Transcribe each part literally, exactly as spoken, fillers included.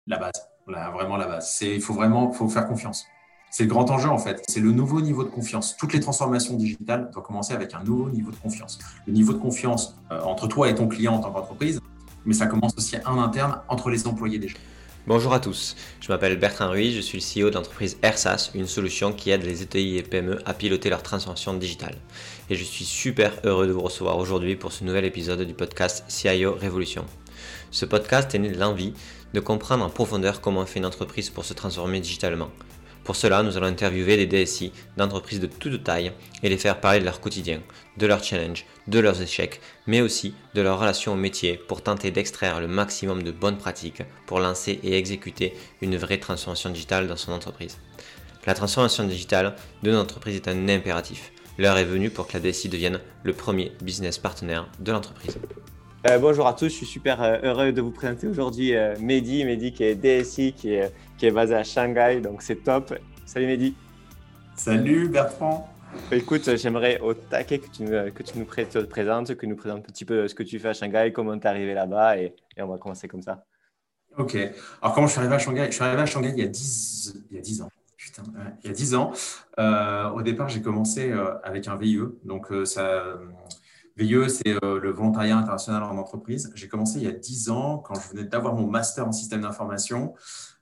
la base, la- vraiment la base. C'est, il faut vraiment faut faire confiance. C'est le grand enjeu en fait. C'est le nouveau niveau de confiance. Toutes les transformations digitales doivent commencer avec un nouveau niveau de confiance. Le niveau de confiance euh, entre toi et ton client en tant qu'entreprise, mais ça commence aussi en interne entre les employés déjà. Bonjour à tous, je m'appelle Bertrand Ruiz, je suis le C E O de l'entreprise AirSAS, une solution qui aide les E T I et P M E à piloter leur transformation digitale. Et je suis super heureux de vous recevoir aujourd'hui pour ce nouvel épisode du podcast C I O Révolution. Ce podcast est né de l'envie de comprendre en profondeur comment fait une entreprise pour se transformer digitalement. Pour cela, nous allons interviewer des D S I d'entreprises de toute taille et les faire parler de leur quotidien, de leurs challenges, de leurs échecs, mais aussi de leur relation au métier pour tenter d'extraire le maximum de bonnes pratiques pour lancer et exécuter une vraie transformation digitale dans son entreprise. La transformation digitale de notre entreprise est un impératif. L'heure est venue pour que la D S I devienne le premier business partenaire de l'entreprise. Euh, bonjour à tous, je suis super euh, heureux de vous présenter aujourd'hui euh, Mehdi, Mehdi qui est D S I, qui est, qui est basé à Shanghai, donc c'est top. Salut Mehdi. Salut Bertrand. Écoute, j'aimerais au taquet que tu, nous- que tu nous pré- te présentes, que tu nous présentes un petit peu ce que tu fais à Shanghai, comment tu es arrivé là-bas et, et on va commencer comme ça. Ok. Alors, comment je suis arrivé à Shanghai? Je suis arrivé à Shanghai il y a dix, il y a dix ans. Putain, ouais, il y a dix ans. Euh, au départ, j'ai commencé euh, avec un V I E. Donc, euh, ça, euh, V I E, c'est euh, le volontariat international en entreprise. J'ai commencé il y a dix ans quand je venais d'avoir mon master en système d'information.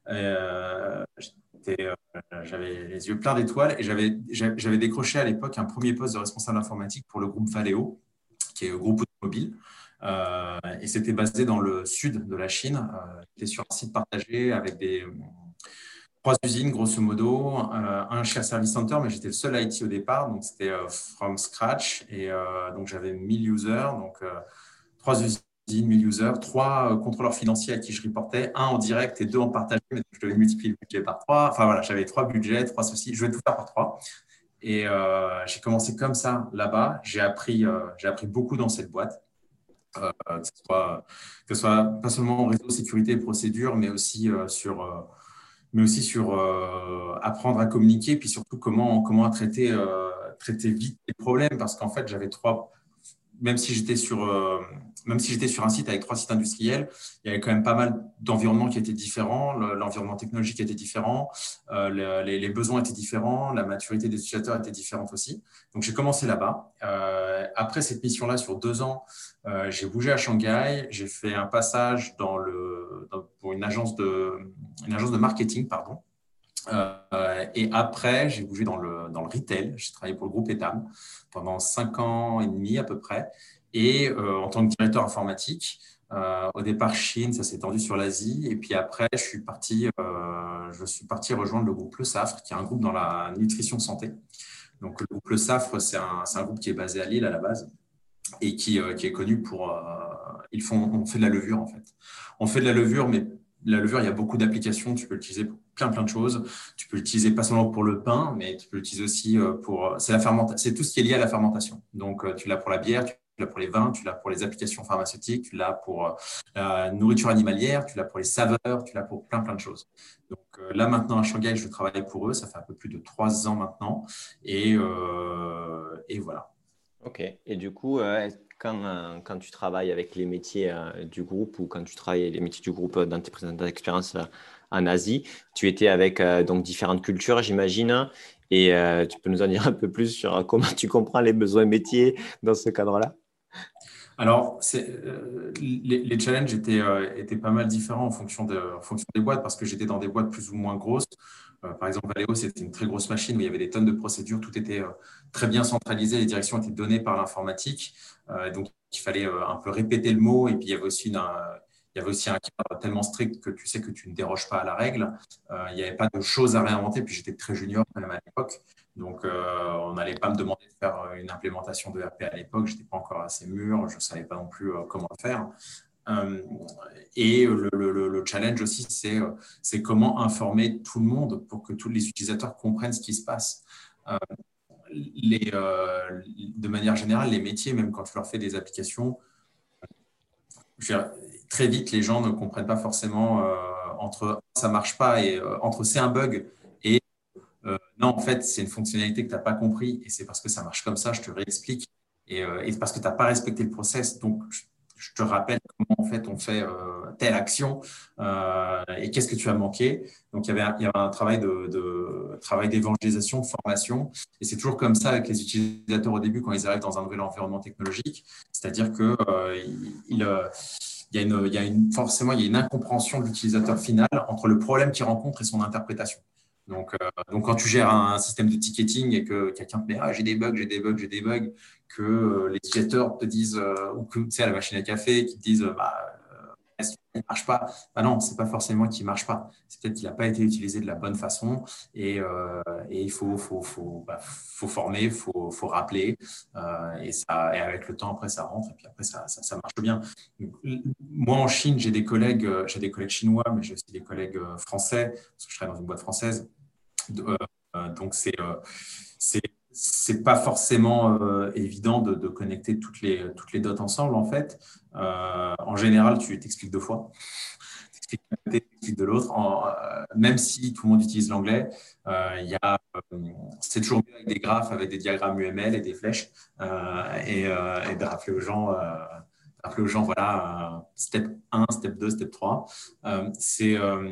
Euh, j'étais, euh, J'avais les yeux pleins d'étoiles et j'avais, j'avais décroché à l'époque un premier poste de responsable informatique pour le groupe Valeo, qui est le groupe automobile. Euh, et c'était basé dans le sud de la Chine. Euh, c'était sur un site partagé avec des euh, trois usines, grosso modo, euh, un shared service center, mais j'étais le seul I T au départ, donc c'était euh, from scratch. Et euh, donc j'avais mille users, donc euh, trois usines, mille users, trois euh, contrôleurs financiers à qui je reportais, un en direct et deux en partagé, mais je devais multiplier le budget par trois. Enfin voilà, j'avais trois budgets, trois soucis, je vais tout faire par trois. Et euh, j'ai commencé comme ça là-bas. J'ai appris, euh, j'ai appris beaucoup dans cette boîte euh, que ce soit, que ce soit pas seulement en réseau sécurité et procédure, mais aussi euh, sur, euh, mais aussi sur euh, apprendre à communiquer, puis surtout comment, comment traiter, euh, traiter vite les problèmes, parce qu'en fait, j'avais trois, même si j'étais sur, euh, même si j'étais sur un site avec trois sites industriels, il y avait quand même pas mal d'environnements qui étaient différents. Le- L'environnement technologique était différent, euh, le- les, les besoins étaient différents, la maturité des utilisateurs était différente aussi. Donc, j'ai commencé là-bas. Euh, après cette mission-là, sur deux ans, euh, j'ai bougé à Shanghai. J'ai fait un passage dans le, dans- pour une agence de, une agence de marketing, pardon. Euh, et après, j'ai bougé dans le, dans le retail. J'ai travaillé pour le groupe Etam pendant cinq ans et demi à peu près. Et euh, en tant que directeur informatique, euh, au départ Chine, ça s'est étendu sur l'Asie. Et puis après, je suis parti, euh, je suis parti rejoindre le groupe Le Safre, qui est un groupe dans la nutrition santé. Donc le groupe Le Safre, c'est un, c'est un groupe qui est basé à Lille à la base et qui, euh, qui est connu pour. Euh, ils font, on fait de la levure en fait. On fait de la levure, mais la levure, il y a beaucoup d'applications. Tu peux l'utiliser pour plein plein de choses. Tu peux l'utiliser pas seulement pour le pain, mais tu peux l'utiliser aussi euh, pour. C'est la fermentation. C'est tout ce qui est lié à la fermentation. Donc euh, tu l'as pour la bière, tu l'as pour les vins, tu l'as pour les applications pharmaceutiques, tu l'as pour euh, la nourriture animalière, tu l'as pour les saveurs, tu l'as pour plein plein de choses. Donc euh, là maintenant à Shanghai, je travaille pour eux. Ça fait un peu plus de trois ans maintenant, et, euh, et voilà. Ok, et du coup, euh, est- quand, euh, quand tu travailles avec les métiers euh, du groupe ou quand tu travailles avec les métiers du groupe euh, dans tes précédentes expériences euh, en Asie, tu étais avec euh, donc différentes cultures, j'imagine, et euh, tu peux nous en dire un peu plus sur euh, comment tu comprends les besoins métiers dans ce cadre-là? Alors, c'est, euh, les, les challenges étaient, euh, étaient pas mal différents en fonction, de, en fonction des boîtes parce que j'étais dans des boîtes plus ou moins grosses. Euh, par exemple, Valeo, c'était une très grosse machine où il y avait des tonnes de procédures, tout était euh, très bien centralisé, les directions étaient données par l'informatique. Euh, donc, il fallait euh, un peu répéter le mot et puis il y avait aussi, une, euh, il y avait aussi un cadre tellement strict que tu sais que tu ne déroges pas à la règle. Euh, il n'y avait pas de choses à réinventer, puis j'étais très junior quand même à l'époque. Donc, euh, on n'allait pas me demander de faire euh, une implémentation de E R P à l'époque. Je n'étais pas encore assez mûr. Je ne savais pas non plus euh, comment le faire. Euh, et le, le- le challenge aussi, c'est euh, c'est comment informer tout le monde pour que tous les utilisateurs comprennent ce qui se passe. Euh, les, euh, de manière générale, les métiers, même quand tu leur fais des applications, je veux dire, très vite, les gens ne comprennent pas forcément euh, entre ça marche pas et euh, entre c'est un bug et euh, non, en fait, c'est une fonctionnalité que tu n'as pas compris et c'est parce que ça marche comme ça, je te réexplique. Et, euh, et parce que tu n'as pas respecté le process. Donc, je te rappelle comment en fait on fait euh, telle action euh, et qu'est-ce que tu as manqué. Donc il y avait un, il y avait un travail de, de travail d'évangélisation, de formation, et c'est toujours comme ça avec les utilisateurs au début quand ils arrivent dans un nouvel environnement technologique, c'est-à-dire que euh, il, il, euh, il y a une, il y a une forcément il y a une incompréhension de l'utilisateur final entre le problème qu'il rencontre et son interprétation. Donc, euh, donc, quand tu gères un système de ticketing et que quelqu'un te dit ah, j'ai des bugs, j'ai des bugs, j'ai des bugs, que euh, les utilisateurs te disent, euh, ou que tu sais, à la machine à café, qui te disent euh, bah, euh, il ne marche pas. Bah non, ce n'est pas forcément qu'il ne marche pas. C'est peut-être qu'il n'a pas été utilisé de la bonne façon et, euh, et il faut, faut, faut, bah, faut former, il faut, faut rappeler euh, et, ça, et avec le temps, après, ça rentre et puis après, ça, ça, ça marche bien. Donc, moi, en Chine, j'ai des collègues, j'ai des collègues chinois, mais j'ai aussi des collègues français, parce que je travaille dans une boîte française. Euh, donc, c'est euh, c'est c'est pas forcément euh, évident de, de connecter toutes les, toutes les dots ensemble, en fait. Euh, en général, tu t'expliques deux fois. Tu expliques de l'autre. En, euh, même si tout le monde utilise l'anglais, euh, il y a, euh, c'est toujours mieux avec des graphes, avec des diagrammes U M L et des flèches, euh, et, euh, et de rappeler aux gens, euh, rappeler aux gens voilà, euh, step un, step deux, step trois. Euh, c'est euh,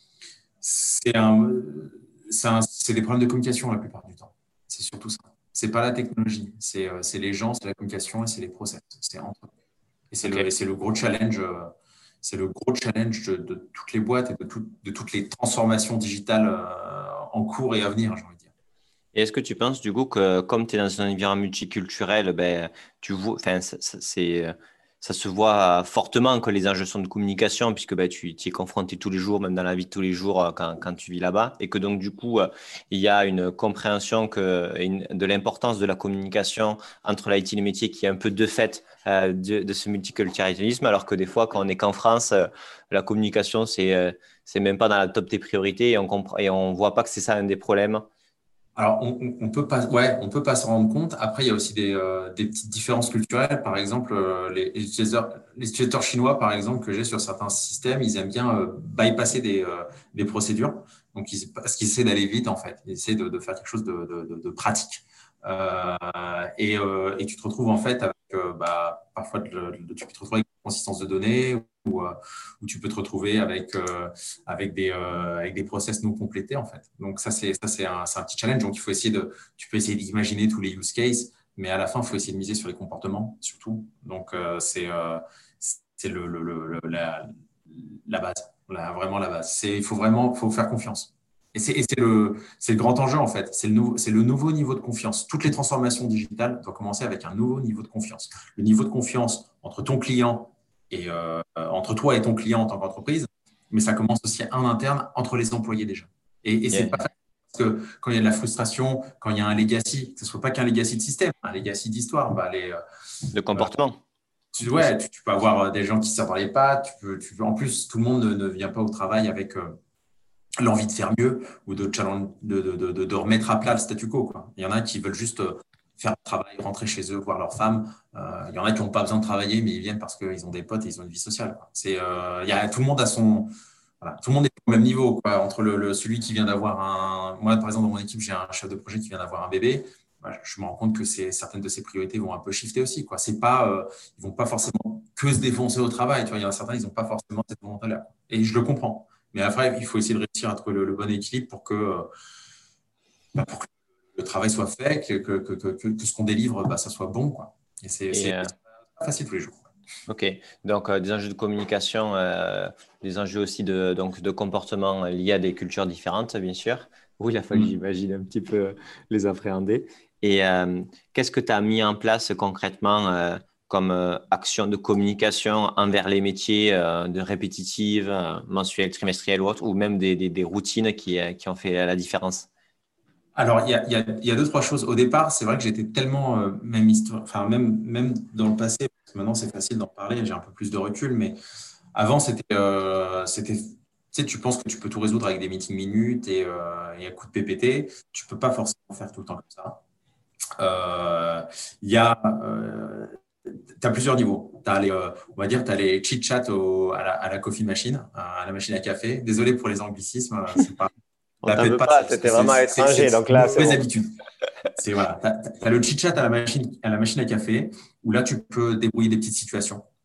c'est un, c'est un, c'est des problèmes de communication la plupart du temps. C'est surtout ça. C'est pas la technologie, c'est euh, c'est les gens, c'est la communication et c'est les process. C'est entre eux. Et c'est Ok. le, et c'est le gros challenge, euh, c'est le gros challenge de, de toutes les boîtes et de, tout- de toutes les transformations digitales euh, en cours et à venir, j'ai envie de dire. Et est-ce que tu penses du coup que comme tu es dans un environnement multiculturel, ben, tu vois, enfin, ça, ça- c'est, euh, ça se voit fortement que les enjeux sont de communication, puisque ben, tu y es confronté tous les jours, même dans la vie de tous les jours euh, quand, quand tu vis là-bas, et que donc du coup, euh, il y a une compréhension que, une- de l'importance de la communication entre l'I T et les métiers qui est un peu de fait euh, de, de ce multiculturalisme, alors que des fois, quand on n'est qu'en France, euh, la communication, c'est euh, c'est même pas dans la top des priorités et on comprend, et on voit pas que c'est ça un des problèmes. Alors, on, on- on peut pas, ouais, on peut pas s'en rendre compte. Après, il y a aussi des, euh, des petites différences culturelles. Par exemple, euh, les, les utilisateurs, les utilisateurs chinois, par exemple, que j'ai sur certains systèmes, ils aiment bien euh, bypasser des, euh, des procédures. Donc, ils, parce qu'ils essaient d'aller vite, en fait. Ils essaient de, de faire quelque chose de, de, de- de pratique. Euh, et, euh, et tu te retrouves, en fait, avec, euh, bah, parfois, de- de- tu peux te retrouver avec une consistance de données ou, euh, ou tu peux te retrouver avec, euh, avec des, euh, avec des process non complétés, en fait. Donc, ça, c'est, ça, c'est un, c'est un petit challenge. Donc, il faut essayer de, tu peux essayer d'imaginer tous les use cases, mais à la fin, il faut essayer de miser sur les comportements, surtout. Donc, euh, c'est, euh, c'est le, le, le- le- la, la base, la- vraiment la base. C'est, il faut vraiment, faut faire confiance. Et c'est, et c'est le, c'est le grand enjeu, en fait. C'est le, nouveau, c'est le nouveau niveau de confiance. Toutes les transformations digitales doivent commencer avec un nouveau niveau de confiance. Le niveau de confiance entre ton client et euh, entre toi et ton client en tant qu'entreprise, mais ça commence aussi en interne entre les employés déjà. Et, et c'est Yeah. pas facile parce que quand il y a de la frustration, quand il y a un legacy, que ce ne soit pas qu'un legacy de système, un legacy d'histoire, bah les, De euh, comportement tu, aussi. ouais, tu, tu peux avoir des gens qui se tirent dans les pattes. Tu peux, tu peux, en plus, tout le monde ne, ne vient pas au travail avec euh, l'envie de faire mieux ou de, challenge, de, de, de, de, remettre à plat le statu quo, quoi. Il y en a qui veulent juste euh, faire le travail, rentrer chez eux, voir leur femme. Euh, il y en a qui n'ont pas besoin de travailler, mais ils viennent parce qu'ils ont des potes et ils ont une vie sociale, quoi. C'est, euh, il y a, tout le monde a son, voilà, tout le monde est au même niveau, quoi, entre le, le- celui qui vient d'avoir un. Moi, par exemple, dans mon équipe, j'ai un chef de projet qui vient d'avoir un bébé. Bah, je me rends compte que c'est, certaines de ses priorités vont un peu shifter aussi, quoi. C'est pas, euh, ils vont pas forcément que se défoncer au travail. Tu vois, il y en a certains, ils n'ont pas forcément cette volonté-là. Et je le comprends. Mais après, il faut essayer de réussir à trouver le, le bon équilibre pour que, euh, bah, pour que le travail soit fait, que, que, que, que, que ce qu'on délivre, bah, ça soit bon, quoi. Et c'est, Et c'est euh, pas facile tous les jours. ok, donc euh, des enjeux de communication, euh, des enjeux aussi de, donc, de comportement liés à des cultures différentes, bien sûr. Oui, il a fallu, Mm. j'imagine, un petit peu les appréhender. Et euh, qu'est-ce que tu as mis en place concrètement euh, comme euh, action de communication envers les métiers euh, de répétitive, euh, mensuelle, trimestrielle ou autre, ou même des, des, des routines qui, euh, qui ont fait la différence? Alors, il y a, il y a- il y a deux, trois choses. Au départ, c'est vrai que j'étais tellement, euh, même histoire, enfin, même, même dans le passé, parce que maintenant c'est facile d'en parler, j'ai un peu plus de recul, mais avant, c'était, euh, c'était, tu sais, tu penses que tu peux tout résoudre avec des meetings minutes et, euh, et à coup de P P T. Tu peux pas forcément faire tout le temps comme ça. Euh, Il y a, euh, tu as plusieurs niveaux. T'as les, euh, on va dire, tu as les chit-chat au- à la, à la coffee machine, à la machine à café. Désolé pour les anglicismes, euh, c'est pas, On la t'en pète veut pas, pas, c'est parce que c'était c'est vraiment c'est- c'est étranger, donc une là, c'est mauvaise bon. habitude. C'est voilà, tu as, le chit-chat à la machine, à la machine à café, où là, tu peux débrouiller des petites situations.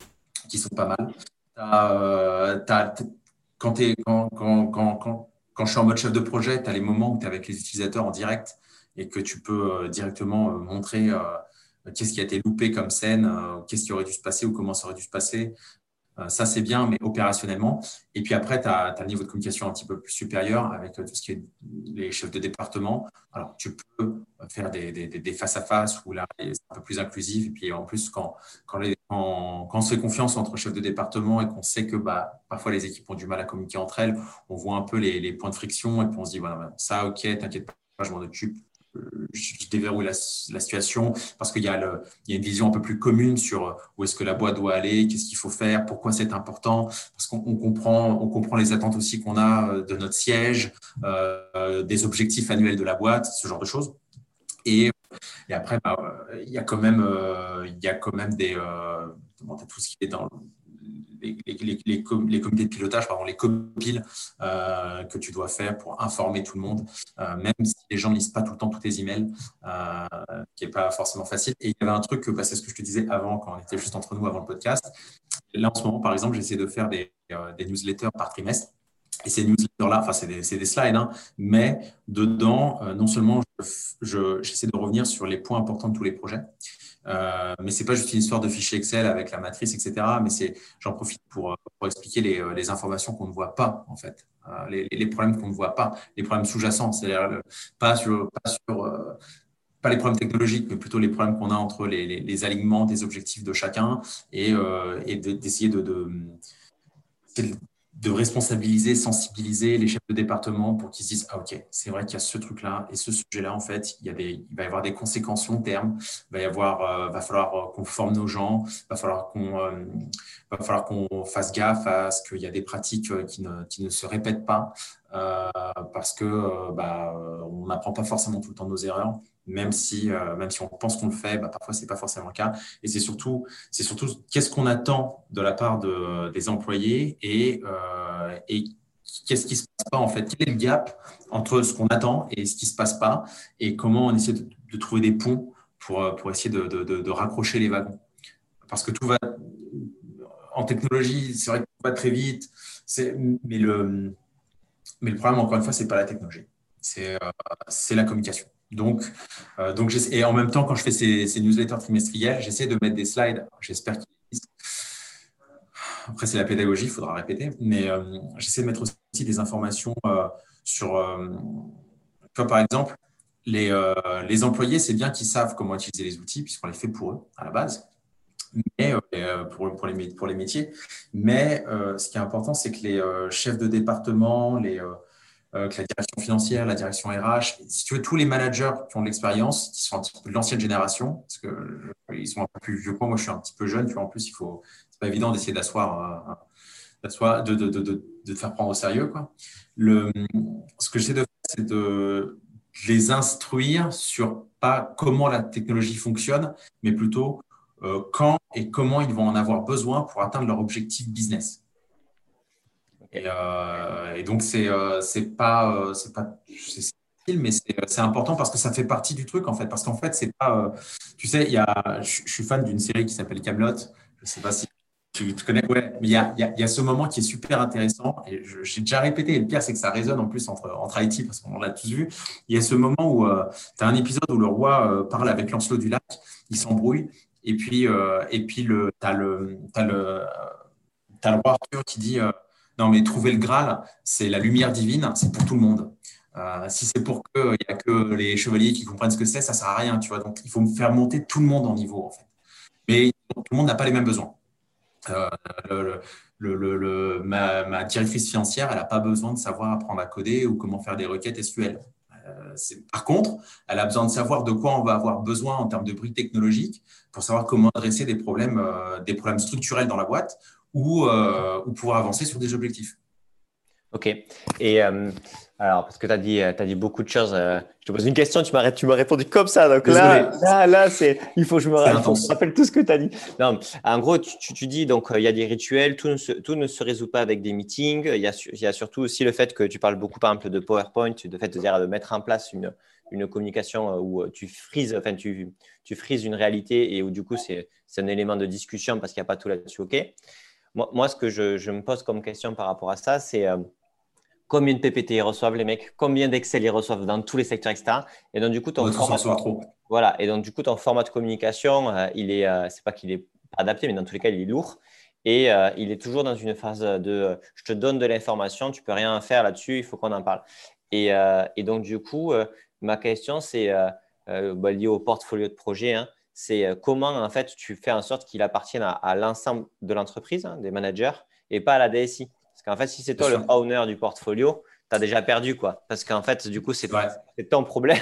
qui sont pas mal. T'as, euh, t'as, quand, t'es, quand, quand, quand, quand, quand je suis en mode chef de projet, tu as les moments où tu es avec les utilisateurs en direct et que tu peux euh, directement euh, montrer euh, qu'est-ce qui a été loupé comme scène, euh, qu'est-ce qui aurait dû se passer ou comment ça aurait dû se passer. Euh, ça, c'est bien, mais opérationnellement. Et puis après, tu as, le niveau de communication un petit peu plus supérieur avec euh, tout ce qui est les chefs de département. Alors, tu peux faire des, des, des face-à-face où là, c'est un peu plus inclusif. Et puis, en plus, quand, quand, les, quand, quand on se fait confiance entre chefs de département et qu'on sait que bah, parfois les équipes ont du mal à communiquer entre elles, on voit un peu les, les points de friction et puis on se dit, voilà, ça, OK, t'inquiète pas, je m'en occupe. Je déverrouille la, la situation parce qu'il y, a le, il y a une vision un peu plus commune sur où est-ce que la boîte doit aller, qu'est-ce qu'il faut faire, pourquoi c'est important, parce qu'on on comprend, on comprend les attentes aussi qu'on a de notre siège, euh, des objectifs annuels de la boîte, ce genre de choses. Et, et après, bah, il y a quand même, euh, il y a quand même des, euh, tout ce qui est dans les, les, les, les, com- les comités de pilotage, pardon, les copiles euh, que tu dois faire pour informer tout le monde, euh, même si les gens ne lisent pas tout le temps tous tes emails, euh, qui n'est pas forcément facile. Et il y avait un truc, bah, c'est ce que je te disais avant, quand on était juste entre nous avant le podcast. Là, en ce moment, par exemple, j'essaie de faire des, euh, des newsletters par trimestre. Et ces newsletters-là, enfin, c'est des, c'est des slides, hein, mais dedans, euh, non seulement je, je, j'essaie de revenir sur les points importants de tous les projets, euh, mais c'est pas juste une histoire de fichier Excel avec la matrice, et cetera. Mais c'est, j'en profite pour, pour expliquer les, les informations qu'on ne voit pas, en fait, euh, les, les problèmes qu'on ne voit pas, les problèmes sous-jacents, c'est-à-dire le- pas sur, pas sur, euh, pas les problèmes technologiques, mais plutôt les problèmes qu'on a entre les, les, les alignements des objectifs de chacun et, euh, et de- d'essayer de, de, de de responsabiliser, sensibiliser les chefs de département pour qu'ils se disent, ah ok, c'est vrai qu'il y a ce truc-là et ce sujet-là, en fait, il, y a des, il va y avoir des conséquences long terme, il va y avoir, euh, va falloir euh, qu'on forme nos gens, va falloir qu'on euh, va falloir qu'on fasse gaffe à ce qu'il y a des pratiques euh, qui ne, qui ne se répètent pas, euh, parce que euh, bah, euh, on n'apprend pas forcément tout le temps de nos erreurs, même si, euh, même si on pense qu'on le fait, bah, parfois c'est pas forcément le cas. Et c'est surtout c'est surtout qu'est-ce qu'on attend de la part de, des employés et, euh, et qu'est-ce qui se passe pas en fait. Quel est le gap entre ce qu'on attend et ce qui se passe pas et comment on essaie de, de trouver des ponts pour, pour essayer de, de, de, de raccrocher les wagons. Parce que tout va en technologie, c'est vrai que tout va très vite, c'est, mais, le, mais le problème, encore une fois, c'est pas la technologie, c'est, euh, c'est la communication. Donc, euh, donc et en même temps, quand je fais ces, ces newsletters trimestriels, j'essaie de mettre des slides. J'espère qu'ils existent. Après, c'est la pédagogie, il faudra répéter. Mais euh, j'essaie de mettre aussi des informations euh, sur, euh, toi, par exemple, les, euh, les employés, c'est bien qu'ils savent comment utiliser les outils, puisqu'on les fait pour eux à la base, mais, euh, pour, pour, les, pour les métiers. Mais euh, ce qui est important, c'est que les euh, chefs de département, les, euh, euh, que la direction financière, la direction R H, si tu veux, tous les managers qui ont de l'expérience, qui sont un petit peu de l'ancienne génération, parce que euh, ils sont un peu plus vieux que moi, moi je suis un petit peu jeune, tu vois, en plus, il faut, c'est pas évident d'essayer d'asseoir, euh, d'asseoir de, de, de, de, de te faire prendre au sérieux, quoi. Le, ce que j'essaie de faire, c'est de les instruire sur pas comment la technologie fonctionne, mais plutôt euh, quand et comment ils vont en avoir besoin pour atteindre leur objectif business. Et, euh, et donc, c'est euh, c'est pas, euh, c'est pas c'est c'est facile, mais c'est c'est important parce que ça fait partie du truc, en fait. Parce qu'en fait, c'est pas. Euh, tu sais, il y a, je, je suis fan d'une série qui s'appelle Camelot. Je sais pas si tu, tu connais. Ouais, mais il y a, il y a, il y a ce moment qui est super intéressant. Et je- j'ai déjà répété. Et le pire, c'est que ça résonne en plus entre, entre I T parce qu'on l'a tous vu. Il y a ce moment où euh, tu as un épisode où le roi euh, parle avec Lancelot du Lac. Il s'embrouille. Et puis, euh, et puis le, tu as le, t'as le, t'as le roi Arthur qui dit euh, non, mais trouver le Graal, c'est la lumière divine, c'est pour tout le monde. Euh, si c'est pour qu'il n'y a que les chevaliers qui comprennent ce que c'est, ça ne sert à rien, tu vois. Donc, il faut faire monter tout le monde en niveau, en fait. Mais tout le monde n'a pas les mêmes besoins. Euh, le, le, le, le, ma, ma directrice financière, elle n'a pas besoin de savoir apprendre à coder ou comment faire des requêtes S Q L. Euh, par contre, elle a besoin de savoir de quoi on va avoir besoin en termes de briques technologiques pour savoir comment adresser des problèmes, euh, des problèmes structurels dans la boîte ou, euh, ou pouvoir avancer sur des objectifs. Ok. Et euh, alors, parce que tu as dit, t'as dit beaucoup de choses. euh, je te pose une question, tu m'as, tu m'as répondu comme ça. Donc Désolé, là, là, là, c'est, il faut que je me, c'est il faut que je me intense. rappelle tout ce que tu as dit. Non, en gros, tu, tu, tu dis donc euh, il y a des rituels, tout ne, se, tout ne se résout pas avec des meetings. Il y a, il y a surtout aussi le fait que tu parles beaucoup, par exemple, de PowerPoint, de fait de dire de mettre en place une, une communication où tu frises, enfin, tu, tu frises une réalité et où du coup, c'est, c'est un élément de discussion parce qu'il n'y a pas tout là-dessus. OK. Moi, moi, ce que je, je me pose comme question par rapport à ça, c'est euh, combien de P P T ils reçoivent les mecs, combien d'Excel ils reçoivent dans tous les secteurs, et cetera. Et donc, du coup, On ton doit tous en format, recevoir trop. voilà. Et donc, du coup, ton format de communication, euh, il est, euh, c'est pas qu'il est pas adapté, mais dans tous les cas, il est lourd. Et euh, il est toujours dans une phase de euh, je te donne de l'information, tu peux rien faire là-dessus, il faut qu'on en parle. Et, euh, et donc, du coup, euh, ma question, c'est euh, euh, bah, lié au portfolio de projet. Hein, c'est euh, comment, en fait, tu fais en sorte qu'il appartienne à, à l'ensemble de l'entreprise, hein, des managers, et pas à la D S I. Parce qu'en fait, si c'est Bien toi le sûr. owner du portfolio, tu as déjà perdu, quoi. Parce qu'en fait, du coup, C'est c'est vrai. c'est ton problème.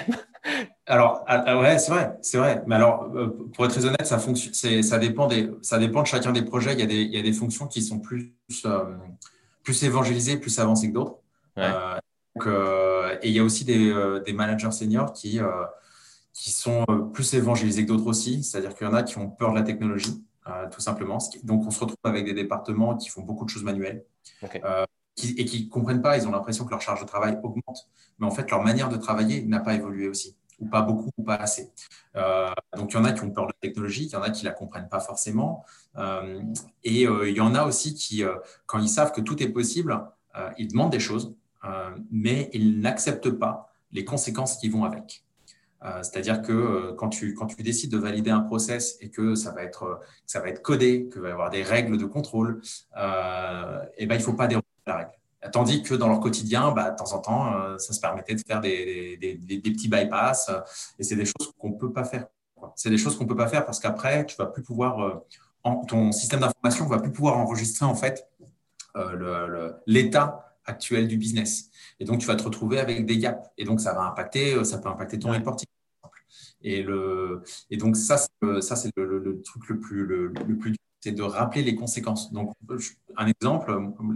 Alors, ah, ah ouais, c'est vrai, c'est vrai. Mais alors, euh, pour être très honnête, ça fonctionne, c'est, ça dépend des, ça dépend de chacun des projets. Il y a des, il y a des fonctions qui sont plus, euh, plus évangélisées, plus avancées que d'autres. Ouais, Euh, donc, euh, et il y a aussi des, euh, des managers seniors qui, euh, qui sont euh, plus évangélisés que d'autres aussi. C'est-à-dire qu'il y en a qui ont peur de la technologie, euh, tout simplement. Ce qui- Donc, on se retrouve avec des départements qui font beaucoup de choses manuelles ok. euh, qui- et qui ne comprennent pas. Ils ont l'impression que leur charge de travail augmente. Mais en fait, leur manière de travailler n'a pas évolué aussi, ou pas beaucoup, ou pas assez. Euh, donc, il y en a qui ont peur de la technologie, il y en a qui ne la comprennent pas forcément. Euh, et euh, il y en a aussi qui, euh, quand ils savent que tout est possible, euh, ils demandent des choses, euh, mais ils n'acceptent pas les conséquences qui vont avec. Euh, c'est-à-dire que euh, quand tu, quand tu décides de valider un process et que ça va être, ça va être codé, qu'il va y avoir des règles de contrôle, euh, et ben, il ne faut pas déroger la règle. Tandis que dans leur quotidien, bah, de temps en temps, euh, ça se permettait de faire des, des, des, des petits bypass. Euh, et c'est des choses qu'on ne peut pas faire. Quoi. C'est des choses qu'on ne peut pas faire parce qu'après, tu vas plus pouvoir, euh, en, ton système d'information ne va plus pouvoir enregistrer en fait euh, le, le, l'état actuel du business. Et donc, tu vas te retrouver avec des gaps. Et donc, ça va impacter, ça peut impacter ton reporting. Et, le, et donc, ça, c'est, le, ça, c'est le, le, le truc le plus, le, le plus dur, c'est de rappeler les conséquences. Donc, un exemple,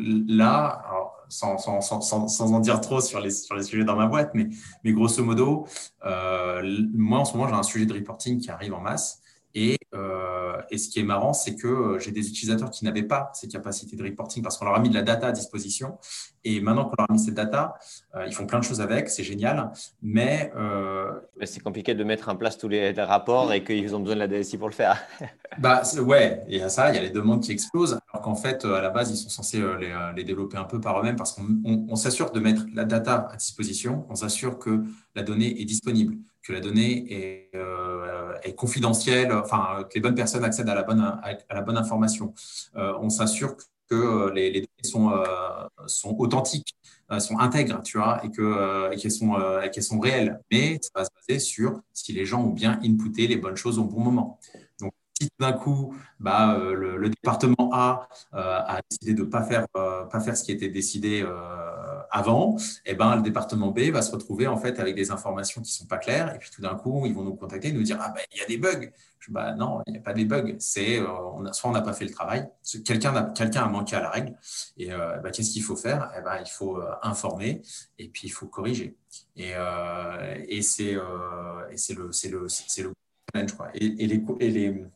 là, alors, sans, sans, sans, sans, en dire trop sur les, sur les sujets dans ma boîte, mais, mais grosso modo, euh, moi, en ce moment, j'ai un sujet de reporting qui arrive en masse. Et, euh, et ce qui est marrant, c'est que j'ai des utilisateurs qui n'avaient pas ces capacités de reporting parce qu'on leur a mis de la data à disposition. Et maintenant qu'on leur a mis cette data, euh, ils font plein de choses avec, c'est génial. Mais euh, Mais c'est compliqué de mettre en place tous les rapports et qu'ils ont besoin de la D S I pour le faire. bah, ouais, il y a ça, il y a les demandes qui explosent, alors qu'en fait, euh, à la base, ils sont censés euh, les, euh, les développer un peu par eux-mêmes parce qu'on on, on s'assure de mettre la data à disposition, on s'assure que la donnée est disponible, que la donnée est, euh, est confidentielle, enfin, que les bonnes personnes accèdent à la bonne, à, à la bonne information. Euh, on s'assure que euh, les, les données sont, euh, sont authentiques, euh, sont intègres, tu vois, et que, euh, et qu'elles sont, euh, et qu'elles sont réelles. Mais ça va se baser sur si les gens ont bien inputté les bonnes choses au bon moment. Donc, si tout d'un coup, bah, euh, le, le département A euh, a décidé de ne pas faire, euh, pas faire ce qui était décidé euh, avant, et ben, le département B va se retrouver en fait avec des informations qui ne sont pas claires. Et puis tout d'un coup, ils vont nous contacter et nous dire ah ben, il y a des bugs. Je, bah, non, il n'y a pas des bugs. C'est, euh, on a, soit on n'a pas fait le travail, quelqu'un a, quelqu'un a manqué à la règle. Et euh, bah, qu'est-ce qu'il faut faire? Eh ben, il faut euh, informer et puis il faut corriger. Et, euh, et c'est, euh, et c'est le, c'est le, c'est le challenge, quoi. Et, et les, et les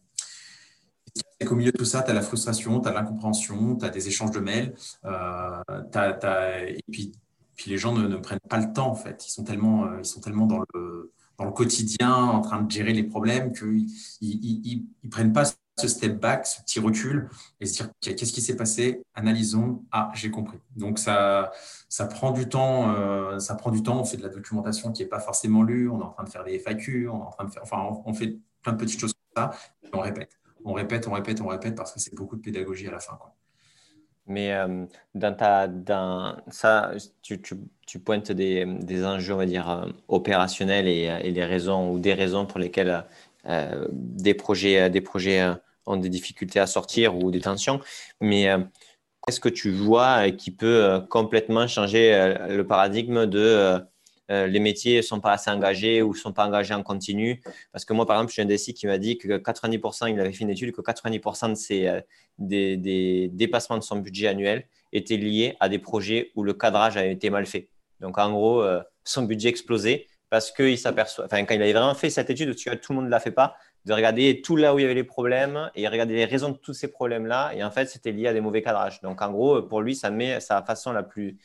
et qu'au milieu de tout ça, tu as la frustration, tu as l'incompréhension, tu as des échanges de mails, euh, t'as- t'as- et puis, puis les gens ne, ne prennent pas le temps, en fait. Ils sont tellement, euh, ils sont tellement dans le, dans le quotidien, en train de gérer les problèmes, qu'ils ne prennent pas ce step back, ce petit recul, et se dire, OK, qu'est-ce qui s'est passé? Analysons. Ah, j'ai compris. Donc, ça, ça prend du temps, euh, ça prend du temps. On fait de la documentation qui n'est pas forcément lue, on est en train de faire des F A Q, on est en train de faire, enfin, on, on fait plein de petites choses comme ça, et on répète on répète, on répète, on répète parce que c'est beaucoup de pédagogie à la fin, quoi. Mais euh, dans ta, dans ça, tu, tu, tu pointes des, des enjeux, on va dire, euh, opérationnels et, euh, et les raisons ou des raisons pour lesquelles euh, des projets, euh, des projets euh, ont des difficultés à sortir ou des tensions. Mais euh, qu'est-ce que tu vois euh, qui peut euh, complètement changer euh, le paradigme de euh, euh, les métiers ne sont pas assez engagés ou ne sont pas engagés en continu? Parce que moi, par exemple, j'ai un D S I qui m'a dit que quatre-vingt-dix pour cent, il avait fait une étude, que quatre-vingt-dix pour cent de ses, euh, des, des dépassements de son budget annuel étaient liés à des projets où le cadrage a été mal fait. Donc, en gros, euh, son budget explosait parce qu'il s'aperçoit, enfin, quand il avait vraiment fait cette étude, tout le monde ne l'a fait pas, de regarder tout là où il y avait les problèmes et regarder les raisons de tous ces problèmes-là. Et en fait, c'était lié à des mauvais cadrages. Donc, en gros, pour lui, ça met sa façon la plus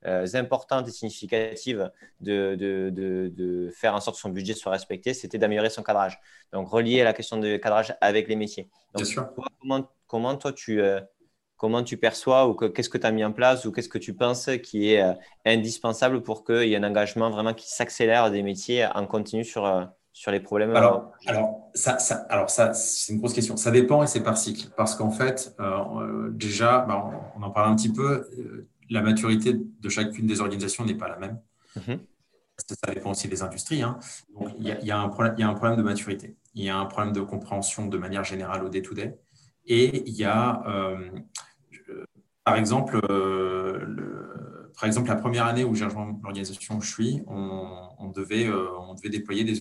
euh, importantes et significatives de, de, de, de faire en sorte que son budget soit respecté, c'était d'améliorer son cadrage. Donc, relier la question de cadrage avec les métiers. Donc, Bien sûr. toi, comment, comment toi, tu, euh, comment tu perçois ou que, qu'est-ce que tu as mis en place ou qu'est-ce que tu penses qui est euh, indispensable pour qu'il y ait un engagement vraiment qui s'accélère des métiers en continu sur, euh, sur les problèmes euh, Alors, alors, ça, ça, alors ça, c'est une grosse question. Ça dépend et c'est par cycle. Parce qu'en fait, euh, déjà, bah, on, on en parle un petit peu, euh, la maturité de chacune des organisations n'est pas la même. Mhm. Ça, ça dépend aussi des industries, hein. Donc, il y a, il y a un problème, il y a un problème de maturité. Il y a un problème de compréhension de manière générale au day-to-day. Et il y a, euh, euh, par exemple, euh, le- par exemple, la première année où j'ai rejoint l'organisation où je suis, on, on devait, euh, on devait déployer des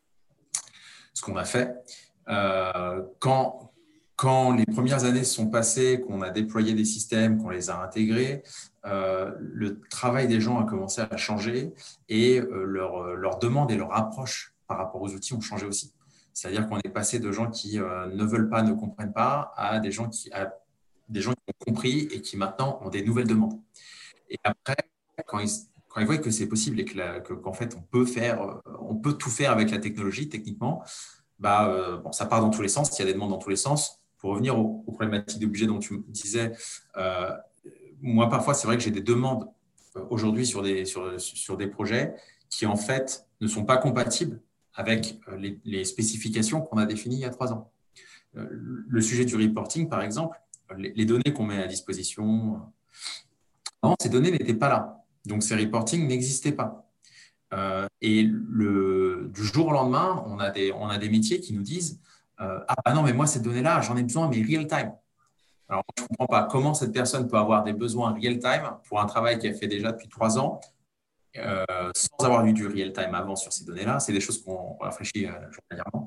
ce qu'on a fait. Euh, quand, quand les premières années se sont passées, qu'on a déployé des systèmes, qu'on les a intégrés, euh, le travail des gens a commencé à changer et euh, leur, leur demande et leur approche par rapport aux outils ont changé aussi. C'est-à-dire qu'on est passé de gens qui euh, ne veulent pas, ne comprennent pas, à des gens qui, à des gens qui ont compris et qui maintenant ont des nouvelles demandes. Et après, quand ils, quand ils voient que c'est possible et que la, que, qu'en fait on peut faire, euh, on peut tout faire avec la technologie techniquement, bah, euh, bon, ça part dans tous les sens, il y a des demandes dans tous les sens. Pour revenir aux, aux problématiques de budget dont tu me disais, euh, moi, parfois, c'est vrai que j'ai des demandes euh, aujourd'hui sur des, sur, sur des projets qui, en fait, ne sont pas compatibles avec euh, les, les spécifications qu'on a définies il y a trois ans. Euh, le sujet du reporting, par exemple, les, les données qu'on met à disposition, avant, ces données n'étaient pas là. Donc, ces reportings n'existaient pas. Euh, et le, du jour au lendemain, on a des, on a des métiers qui nous disent euh, ah bah non, mais moi, cette donnée-là, j'en ai besoin, mais real time. Alors, je ne comprends pas comment cette personne peut avoir des besoins real time pour un travail qu'elle fait déjà depuis trois ans euh, sans avoir eu du real time avant sur ces données-là. C'est des choses qu'on réfléchit euh, journalièrement.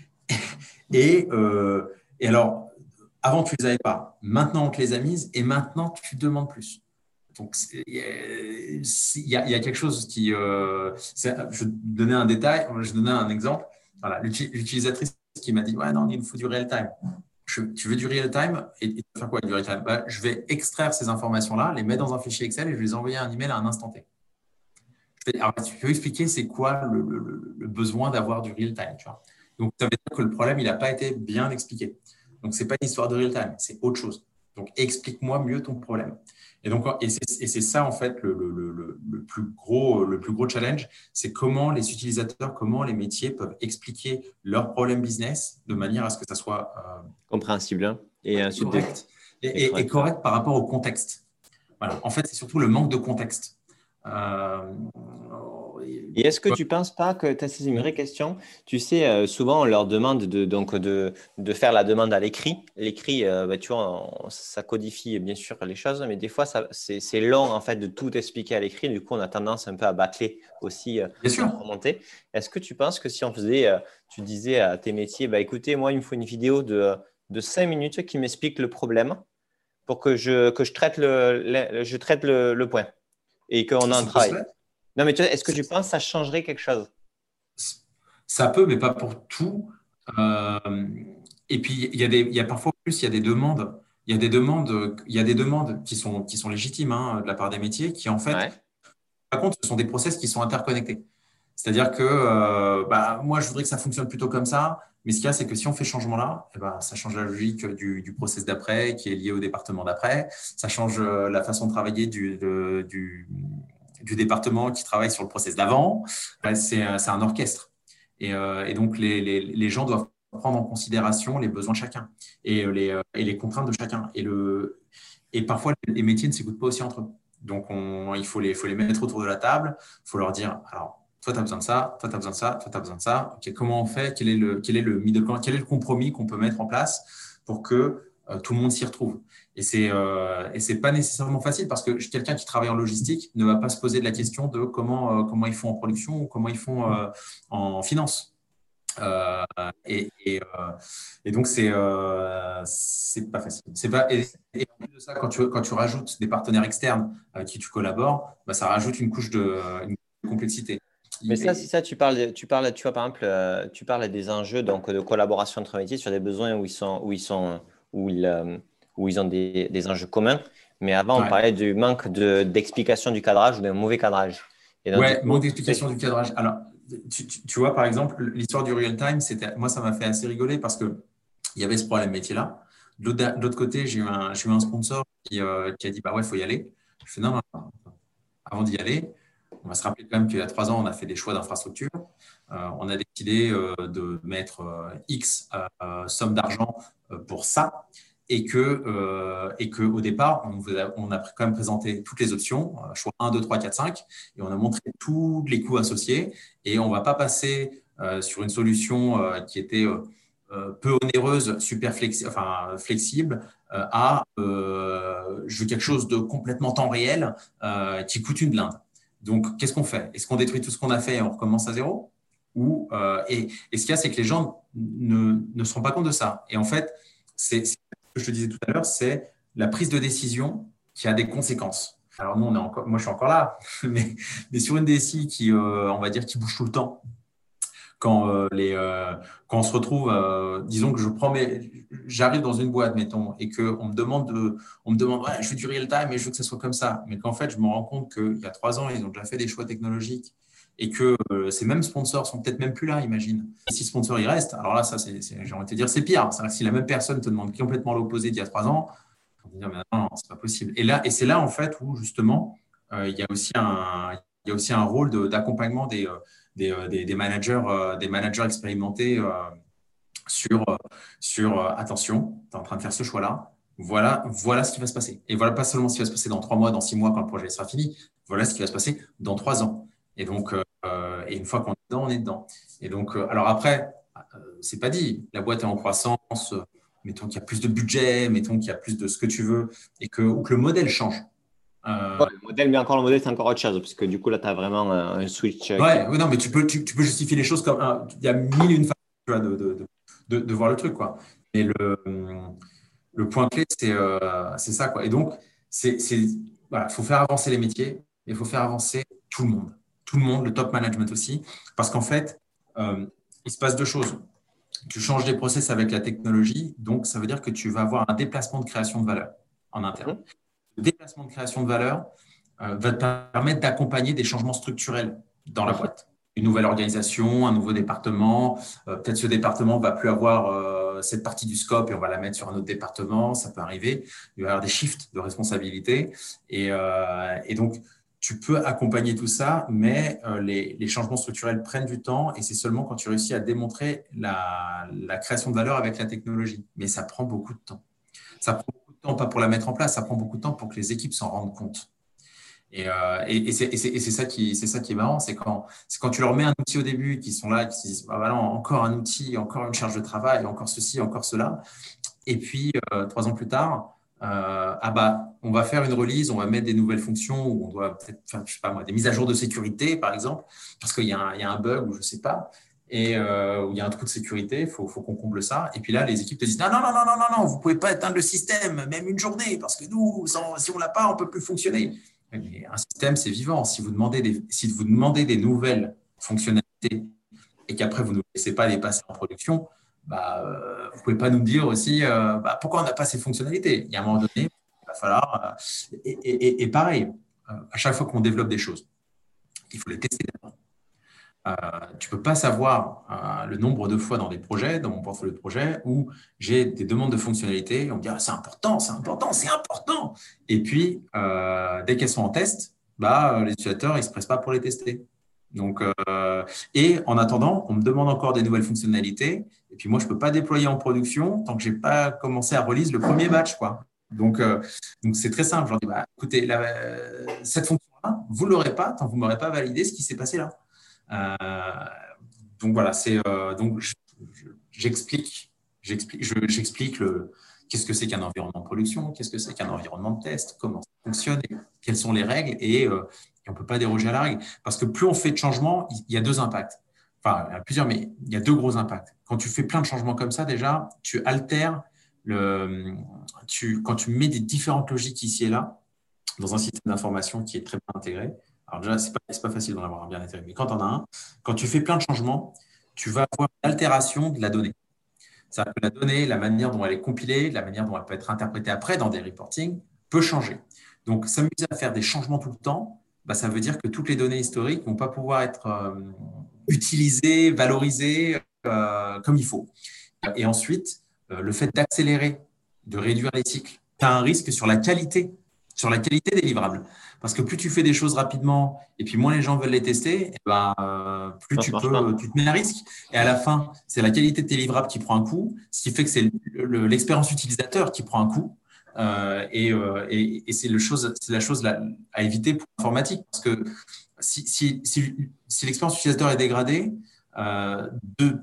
Et, euh, et alors, avant, tu ne les avais pas. Maintenant, on te les a mises et maintenant, tu demandes plus. Donc, il y, a, il y a quelque chose qui. Euh, je vais donner un détail, je vais donner un exemple. Voilà, l'utilisatrice qui m'a dit ouais, non, il nous faut du real time. Je, tu veux du real time et, et tu vas faire quoi du real time? Bah, je vais extraire ces informations-là, les mettre dans un fichier Excel et je vais les envoyer un email à un instant T. Alors, tu peux expliquer c'est quoi le, le, le besoin d'avoir du real time, tu vois. Donc, ça veut dire que le problème, il n'a pas été bien expliqué. Donc, ce n'est pas une histoire de real time, c'est autre chose. Donc, explique-moi mieux ton problème. Et donc, et c'est, et c'est ça, en fait, le, le, le, le, plus gros, le plus gros challenge, c'est comment les utilisateurs, comment les métiers peuvent expliquer leurs problèmes business de manière à ce que ça soit euh, compréhensible hein, et ensuite correct. De... Et, et, et correct par rapport au contexte. Voilà. En fait, c'est surtout le manque de contexte. Euh, Et est-ce que tu ne penses pas que, c'est une vraie question, tu sais, euh, souvent on leur demande de, donc de, de faire la demande à l'écrit. L'écrit, euh, bah, tu vois, on, ça codifie bien sûr les choses, mais des fois ça, c'est, c'est long en fait de tout expliquer à l'écrit. Du coup, on a tendance un peu à bâcler aussi euh, bien sûr. pour remonter. Est-ce que tu penses que si on faisait, euh, tu disais à tes métiers, bah, écoutez, moi il me faut une vidéo de, de cinq minutes qui m'explique le problème pour que je, que je traite le, le je traite le, le point et qu'on a un travail. Non, mais tu vois, est-ce que tu penses que ça changerait quelque chose? Ça peut, mais pas pour tout. Euh, et puis, il y a des, il y a parfois plus, il y a des demandes. Il y a des demandes, il y a des demandes qui sont, qui sont légitimes hein, de la part des métiers, qui en fait, Ouais. par contre, ce sont des process qui sont interconnectés. C'est-à-dire que euh, bah, moi, je voudrais que ça fonctionne plutôt comme ça, mais ce qu'il y a, c'est que si on fait ce changement-là, eh ben, ça change la logique du, du process d'après, qui est lié au département d'après. Ça change euh, la façon de travailler du, de- du, du département qui travaille sur le process d'avant. Bah, c'est, euh, c'est un orchestre. Et, euh, et donc, les, les, les gens doivent prendre en considération les besoins de chacun et les, euh, et les contraintes de chacun. Et, le, et parfois, les métiers ne s'écoutent pas aussi entre eux. Donc, on, il faut les, faut les mettre autour de la table. Il faut leur dire, alors, toi, tu as besoin de ça, toi, tu as besoin de ça, toi, tu as besoin de ça. Okay, comment on fait? Quel est le, quel est le middle ground? Quel est le compromis qu'on peut mettre en place pour que euh, tout le monde s'y retrouve? Et c'est euh, et c'est pas nécessairement facile parce que quelqu'un qui travaille en logistique ne va pas se poser de la question de comment, euh, comment ils font en production ou comment ils font euh, en finance. Euh, et, et, euh, et donc, c'est euh, c'est pas facile. C'est pas, et, et en plus de ça, quand tu, quand tu rajoutes des partenaires externes avec qui tu collabores, bah, ça rajoute une couche de, une complexité. Mais ça, Et, c'est ça, tu parles, tu parles, tu vois, par exemple, euh, tu parles des enjeux donc, de collaboration entre métiers sur des besoins où ils sont, où ils sont, où ils, euh, où ils ont des, des enjeux communs. Mais avant, on Ouais. parlait du manque de, d'explication du cadrage ou d'un mauvais cadrage. Et donc, du Ouais, coup, manque d'explication du cadrage. Alors, tu, tu- tu vois, par exemple, l'histoire du real time, c'était, moi, ça m'a fait assez rigoler parce que il y avait ce problème métier-là. De l'autre de l'autre côté, j'ai eu un, j'ai eu un sponsor qui, euh, qui a dit, bah ouais, il faut y aller. Je fais, non, non, non. Avant d'y aller, on va se rappeler quand même qu'il y a trois ans, on a fait des choix d'infrastructure. Euh, on a décidé euh, de mettre euh, X euh, somme d'argent euh, pour ça et que, euh, et que au départ, on, vous a, on a quand même présenté toutes les options, euh, choix un, deux, trois, quatre, cinq, et on a montré tous les coûts associés. Et on ne va pas passer euh, sur une solution euh, qui était euh, euh, peu onéreuse, super flexi enfin, flexible, euh, à euh, je veux quelque chose de complètement temps réel euh, qui coûte une blinde. Donc, qu'est-ce qu'on fait? Est-ce qu'on détruit tout ce qu'on a fait et on recommence à zéro? Ou, euh, et, et ce qu'il y a, c'est que les gens ne, ne se rendent pas compte de ça. Et en fait, c'est ce que je te disais tout à l'heure, c'est la prise de décision qui a des conséquences. Alors nous, on est encore, moi, je suis encore là, mais, mais sur une D S I qui, euh, on va dire, qui bouge tout le temps, quand, euh, les, euh, quand on se retrouve, euh, disons que je prends mes, j'arrive dans une boîte, mettons, et qu'on me demande, de, on me demande, ouais, je veux du real time et je veux que ça soit comme ça. Mais qu'en fait, je me rends compte qu'il y a trois ans, ils ont déjà fait des choix technologiques et que euh, ces mêmes sponsors sont peut-être même plus là, imagine. Et si sponsor il reste, alors là, ça, c'est, c'est, j'ai envie de te dire, c'est pire. C'est-à-dire que si la même personne te demande complètement l'opposé d'il y a trois ans, on va te dire, mais non, non, c'est pas possible. Et là, et c'est là, en fait, où justement, euh, il y a aussi un, il y a aussi un rôle de, d'accompagnement des, euh, des, euh, des, des, managers, euh, des managers expérimentés euh, sur, euh, sur euh, attention, tu es en train de faire ce choix-là. Voilà, voilà ce qui va se passer. Et voilà pas seulement ce qui va se passer dans trois mois, dans six mois, quand le projet sera fini. Voilà ce qui va se passer dans trois ans. Et donc, euh, et une fois qu'on est dedans, on est dedans. Et donc, euh, alors après, euh, c'est pas dit. La boîte est en croissance. Euh, mettons qu'il y a plus de budget, mettons qu'il y a plus de ce que tu veux, et que, ou que le modèle change. ouais, Euh, le modèle, mais encore le modèle, c'est encore autre chose, parce que du coup, là, tu as vraiment un, un switch euh, qui. Ouais, ouais, non, mais tu peux, tu, tu peux justifier les choses comme un- il y a mille et une façons tu vois, de, de, de, de- de voir le truc, quoi. Mais le, le point clé, c'est euh, c'est ça, quoi. Et donc, c'est, c'est, voilà, il faut faire avancer les métiers et il faut faire avancer tout le monde. Tout le monde, le top management aussi. Parce qu'en fait, euh, il se passe deux choses. Tu changes des process avec la technologie, donc ça veut dire que tu vas avoir un déplacement de création de valeur en interne. Mhm. Le déplacement de création de valeur euh, va te permettre d'accompagner des changements structurels dans la Mhm. boîte. Une nouvelle organisation, un nouveau département. Euh, peut-être ce département va plus avoir euh, cette partie du scope et on va la mettre sur un autre département. Ça peut arriver. Il va y avoir des shifts de responsabilité. Et, euh, et donc, tu peux accompagner tout ça, mais euh, les, les, changements structurels prennent du temps et c'est seulement quand tu réussis à démontrer la, la création de valeur avec la technologie. Mais ça prend beaucoup de temps. Ça prend beaucoup de temps, pas pour la mettre en place, ça prend beaucoup de temps pour que les équipes s'en rendent compte. Et, euh, et, et c'est ça qui, c'est ça qui est marrant, c'est quand, c'est quand tu leur mets un outil au début, qui sont là, qui se disent, ah bah non, encore un outil, encore une charge de travail, encore ceci, encore cela. Et puis, euh, trois ans plus tard, euh, ah bah, on va faire une release, on va mettre des nouvelles fonctions, ou on doit peut-être faire, je sais pas moi, des mises à jour de sécurité, par exemple, parce qu'il y, y a un bug ou je sais pas, et euh, où il y a un trou de sécurité, il faut, faut qu'on comble ça. Et puis là, les équipes te disent, non, non, non, non, non, non, non, vous pouvez pas éteindre le système, même une journée, parce que nous, sans, si on l'a pas, on peut plus fonctionner. Mais un système, c'est vivant. Si vous demandez des, si vous demandez des nouvelles fonctionnalités et qu'après vous ne laissez pas les passer en production, bah, euh, vous ne pouvez pas nous dire aussi euh, bah, pourquoi on n'a pas ces fonctionnalités. Il y a un moment donné, il va falloir. Euh, et, et, et, pareil, euh, à chaque fois qu'on développe des choses, il faut les tester d'abord. Euh, tu ne peux pas savoir euh, le nombre de fois dans des projets, dans mon portfolio de projets, où j'ai des demandes de fonctionnalités, on me dit ah, c'est important, c'est important, c'est important. Et puis, euh, dès qu'elles sont en test, bah, les utilisateurs ils ne se pressent pas pour les tester. Donc, euh, et en attendant, on me demande encore des nouvelles fonctionnalités. Et puis moi, je ne peux pas déployer en production tant que je n'ai pas commencé à release le premier batch, quoi. Donc, euh, donc c'est très simple. Je leur dis, bah, écoutez, la, cette fonction-là, vous ne l'aurez pas tant que vous ne m'aurez pas validé ce qui s'est passé là. Euh, donc voilà, c'est euh, donc j'explique, j'explique, j'explique le qu'est-ce que c'est qu'un environnement de production, qu'est-ce que c'est qu'un environnement de test, comment ça fonctionne, et quelles sont les règles, et, euh, et on ne peut pas déroger à la règle. Parce que plus on fait de changements, il y a deux impacts. Enfin, il y a plusieurs, mais il y a deux gros impacts. Quand tu fais plein de changements comme ça, déjà, tu altères le, tu, quand tu mets des différentes logiques ici et là dans un système d'information qui est très bien intégré. Alors déjà, ce n'est pas, pas facile d'en avoir un bien intégré, mais quand tu en as un, quand tu fais plein de changements, tu vas avoir une altération de la donnée. C'est-à-dire que la donnée, la manière dont elle est compilée, la manière dont elle peut être interprétée après dans des reportings, peut changer. Donc, s'amuser à faire des changements tout le temps, bah, ça veut dire que toutes les données historiques ne vont pas pouvoir être euh, utilisées, valorisées euh, comme il faut. Et ensuite, euh, le fait d'accélérer, de réduire les cycles, tu as un risque sur la qualité, sur la qualité des livrables. Parce que plus tu fais des choses rapidement et puis moins les gens veulent les tester, et ben, euh, plus Non, ça tu marche pas. peux, tu te mets à risque. Et à la fin, c'est la qualité de tes livrables qui prend un coup, ce qui fait que c'est le- le- l'expérience utilisateur qui prend un coup. Euh, et euh, et, et c'est, le chose, c'est la chose là, à éviter pour l'informatique. Parce que si, si, si, si l'expérience utilisateur est dégradée, euh, de,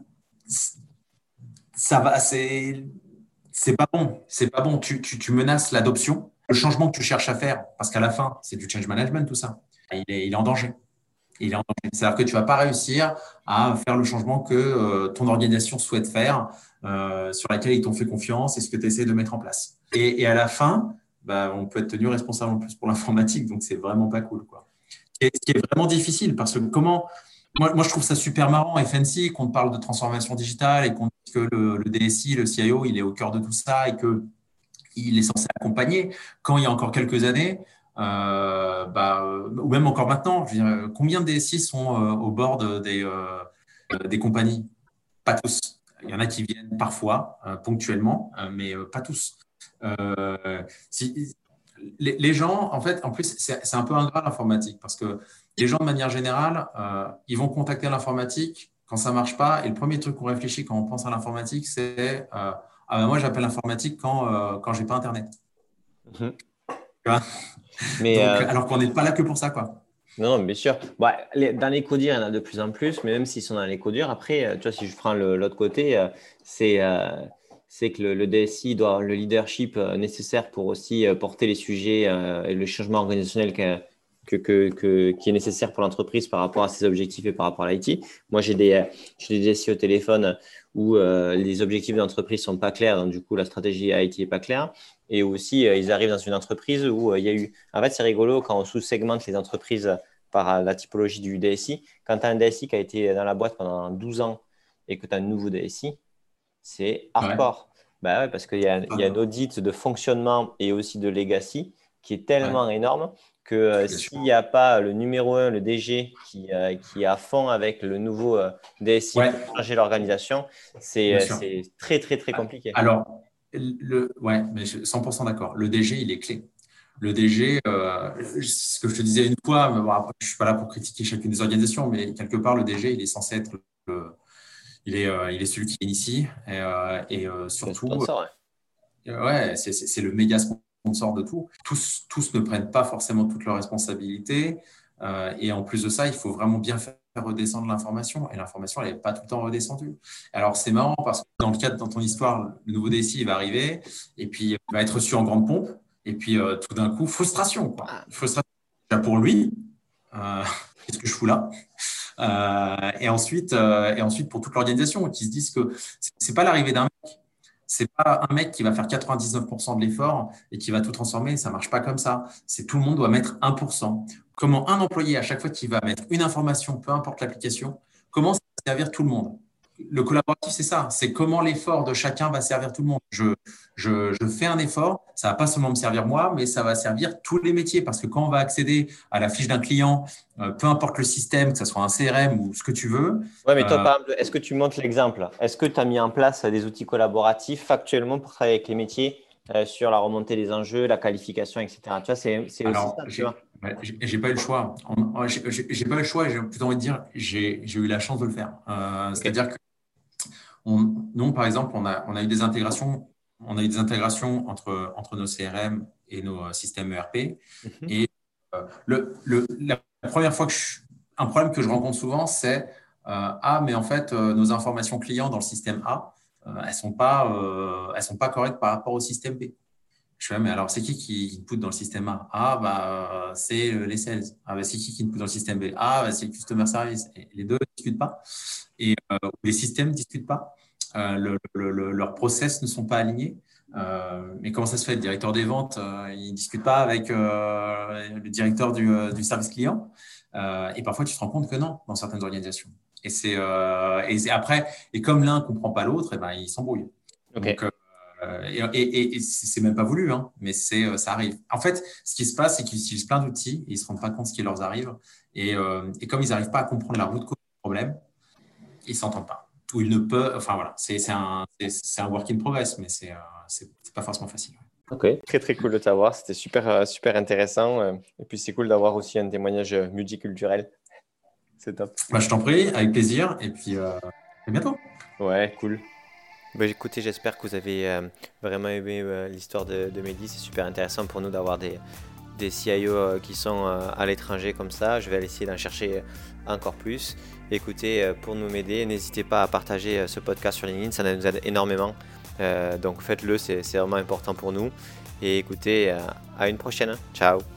ça va, c'est, c'est pas bon. C'est pas bon. Tu, tu, tu menaces l'adoption, le changement que tu cherches à faire, parce qu'à la fin, c'est du change management, tout ça. Il est, il est en danger. Il est en danger. C'est-à-dire que tu vas pas réussir à faire le changement que euh, ton organisation souhaite faire, euh, sur laquelle ils t'ont fait confiance et ce que tu essaies de mettre en place. Et, et à la fin, bah, on peut être tenu responsable en plus pour l'informatique, donc c'est vraiment pas cool, quoi. Et ce qui est vraiment difficile, parce que comment. Moi, moi, je trouve ça super marrant, F N C, qu'on parle de transformation digitale et qu'on dit que le, le D S I, le C I O, il est au cœur de tout ça et qu'il est censé accompagner. Quand il y a encore quelques années, euh, bah, euh, ou même encore maintenant, je veux dire, combien de D S I sont euh, au bord de- des, euh, des compagnies? Pas tous. Il y en a qui viennent parfois, euh, ponctuellement, euh, mais euh, pas tous. Euh, si, les, les gens, en fait, en plus, c'est c'est un peu ingrat l'informatique parce que les gens, de manière générale, euh, ils vont contacter l'informatique quand ça marche pas. Et le premier truc qu'on réfléchit quand on pense à l'informatique, c'est euh, ah ben moi, j'appelle l'informatique quand, euh, quand j'ai pas Internet. Mhm. Tu vois. Mais Donc, euh, alors qu'on n'est pas là que pour ça, quoi. non, non, bien sûr. Bah, les- dans les codires, il y en a de plus en plus, mais même s'ils sont dans les codires, après, euh, tu vois, si je prends le- l'autre côté, euh, c'est euh, c'est que le, le D S I doit avoir le leadership euh, nécessaire pour aussi euh, porter les sujets euh, et le changement organisationnel que, que, que- que- qui est nécessaire pour l'entreprise par rapport à ses objectifs et par rapport à l'I T. Moi, j'ai des, euh, j'ai des D S I au téléphone où euh, les objectifs de l'entreprise sont pas clairs, donc du coup, la stratégie I T est pas claire. Et aussi, euh, ils arrivent dans une entreprise où euh, il y a eu. En fait, c'est rigolo quand on sous-segmente les entreprises par la typologie du D S I. Quand tu as un D S I qui a été dans la boîte pendant douze ans et que tu as un nouveau D S I, c'est Ouais. hardcore. Bah ouais, parce qu'il y a, il y a un audit de fonctionnement et aussi de legacy qui est Ouais, tellement énorme que euh, bien sûr. s'il n'y a pas le numéro un, le D G, qui, euh, qui est à fond avec le nouveau euh, D S I Ouais, pour changer l'organisation, c'est bien euh, sûr. c'est très, très, très compliqué. Alors, le, ouais, mais je- cent pour cent d'accord. Le D G, il est clé. Le D G, euh, ce que je te disais une fois, mais bon, après, je suis pas là pour critiquer chacune des organisations, mais quelque part, le D G, il est censé être le, il est, euh, il est celui qui initie et, euh, et euh, C'est un surtout, sponsor, ouais. euh, ouais, c'est c'est- c'est le méga sponsor de tout. Tous, tous ne prennent pas forcément toutes leurs responsabilités euh, et en plus de ça, il faut vraiment bien faire redescendre l'information et l'information, elle n'est pas tout le temps redescendue. Alors, c'est marrant parce que dans le cadre, dans ton histoire, le nouveau D S I il va arriver et puis il va être reçu en grande pompe et puis euh, tout d'un coup, frustration, quoi. Ah, Frustration déjà pour lui. Euh, qu'est-ce que je fous là? Euh, et ensuite, euh, et ensuite pour toute l'organisation qui se disent que c'est c'est pas l'arrivée d'un mec, c'est pas un mec qui va faire quatre-vingt-dix-neuf pour cent de l'effort et qui va tout transformer. Ça marche pas comme ça. C'est tout le monde doit mettre un pour cent. Comment un employé à chaque fois qu'il va mettre une information, peu importe l'application, comment ça va servir tout le monde? Le collaboratif, c'est ça. C'est comment l'effort de chacun va servir tout le monde. Je, je, je fais un effort, ça va pas seulement me servir moi, mais ça va servir tous les métiers parce que quand on va accéder à la fiche d'un client, euh, peu importe le système, que ce soit un C R M ou ce que tu veux, ouais, mais toi, euh, par exemple, est-ce que tu montres l'exemple? Est-ce que tu as mis en place des outils collaboratifs factuellement pour travailler avec les métiers euh, sur la remontée des enjeux, la qualification, et cetera. Tu vois, c'est c'est aussi alors, ça, tu j'ai vois. ouais, j'ai j'ai pas eu le choix. En- J'ai j'ai- j'ai pas eu le choix et j'ai plutôt envie de dire j'ai j'ai eu la chance de le faire. Euh, Ok. c'est-à-dire que on, nous, par exemple, on a, on a eu des intégrations, on a eu des intégrations entre, entre nos C R M et nos euh, systèmes E R P. Mhm. Et euh, le, le, la première fois que je, un problème que je rencontre souvent, c'est euh, ah, mais en fait, euh, nos informations clients dans le système A, euh, elles sont pas, euh, elles sont pas correctes par rapport au système B. Je fais, ah, mais alors, c'est qui qui input dans le système A? Ah, bah, euh, c'est euh, les sales. Ah, bah, c'est qui qui input dans le système B? Ah, bah, c'est le customer service. Et les deux ne discutent pas. Et euh, les systèmes ne discutent pas. Euh, le- le- le- leurs process ne sont pas alignés. Euh, mais comment ça se fait? Le directeur des ventes, euh, il ne discute pas avec euh, le directeur du, euh, du service client. Euh, et parfois, tu te rends compte que non, dans certaines organisations. Et c'est euh, et c'est après, et comme l'un ne comprend pas l'autre, eh ben, ils s'embrouillent. Ok. Donc, euh, et, et, et c'est même pas voulu, hein, mais c'est, ça arrive. En fait, ce qui se passe, c'est qu'ils utilisent plein d'outils et ils se rendent pas compte de ce qui leur arrive. Et, euh, et comme ils n'arrivent pas à comprendre la route cause du problème, ils s'entendent pas. Ou ils ne peuvent. Enfin voilà, c'est, c'est, un, c'est, c'est un work in progress, mais c'est, euh, c'est, c'est pas forcément facile. Ok, très très cool de t'avoir. C'était super, euh, super intéressant. euh, Et puis c'est cool d'avoir aussi un témoignage euh, multiculturel. C'est top. Bah, je t'en prie, avec plaisir. Et puis, euh, à bientôt. Ouais, cool. Bah, écoutez, j'espère que vous avez euh, vraiment aimé euh, l'histoire de, de Mehdi. C'est super intéressant pour nous d'avoir des, des C I O euh, qui sont euh, à l'étranger comme ça. Je vais essayer d'en chercher encore plus. Écoutez, euh, pour nous m'aider, n'hésitez pas à partager euh, ce podcast sur LinkedIn. Ça nous aide énormément. Euh, donc faites-le, c'est, c'est vraiment important pour nous. Et écoutez, euh, à une prochaine. Ciao.